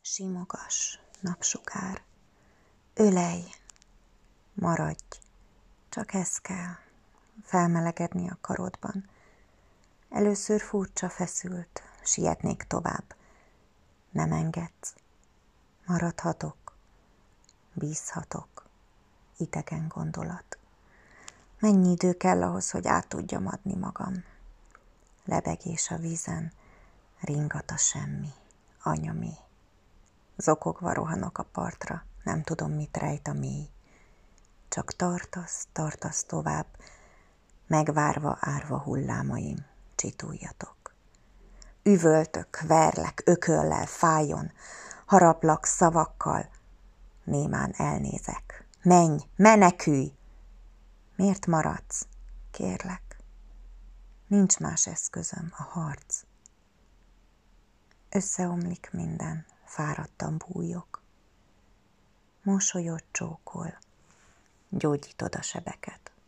Simogas, napsugár, ölej, maradj, csak ez kell, felmelegedni a karodban. Először furcsa, feszült, sietnék tovább. Nem engedsz, maradhatok, bízhatok, idegen gondolat. Mennyi idő kell ahhoz, hogy át tudjam adni magam? Lebegés a vízen, ringat a semmi, anyami. Zokogva rohanok a partra, nem tudom, mit rejt a mély. Csak tartasz tovább, megvárva árva hullámaim, csituljatok. Üvöltök, verlek, ököllel, fájjon, haraplak szavakkal, némán elnézek. Menj, menekülj! Miért maradsz? Kérlek. Nincs más eszközöm, a harc. Összeomlik minden, fáradtan bújok. Mosolyod csókol, gyógyítod a sebeket.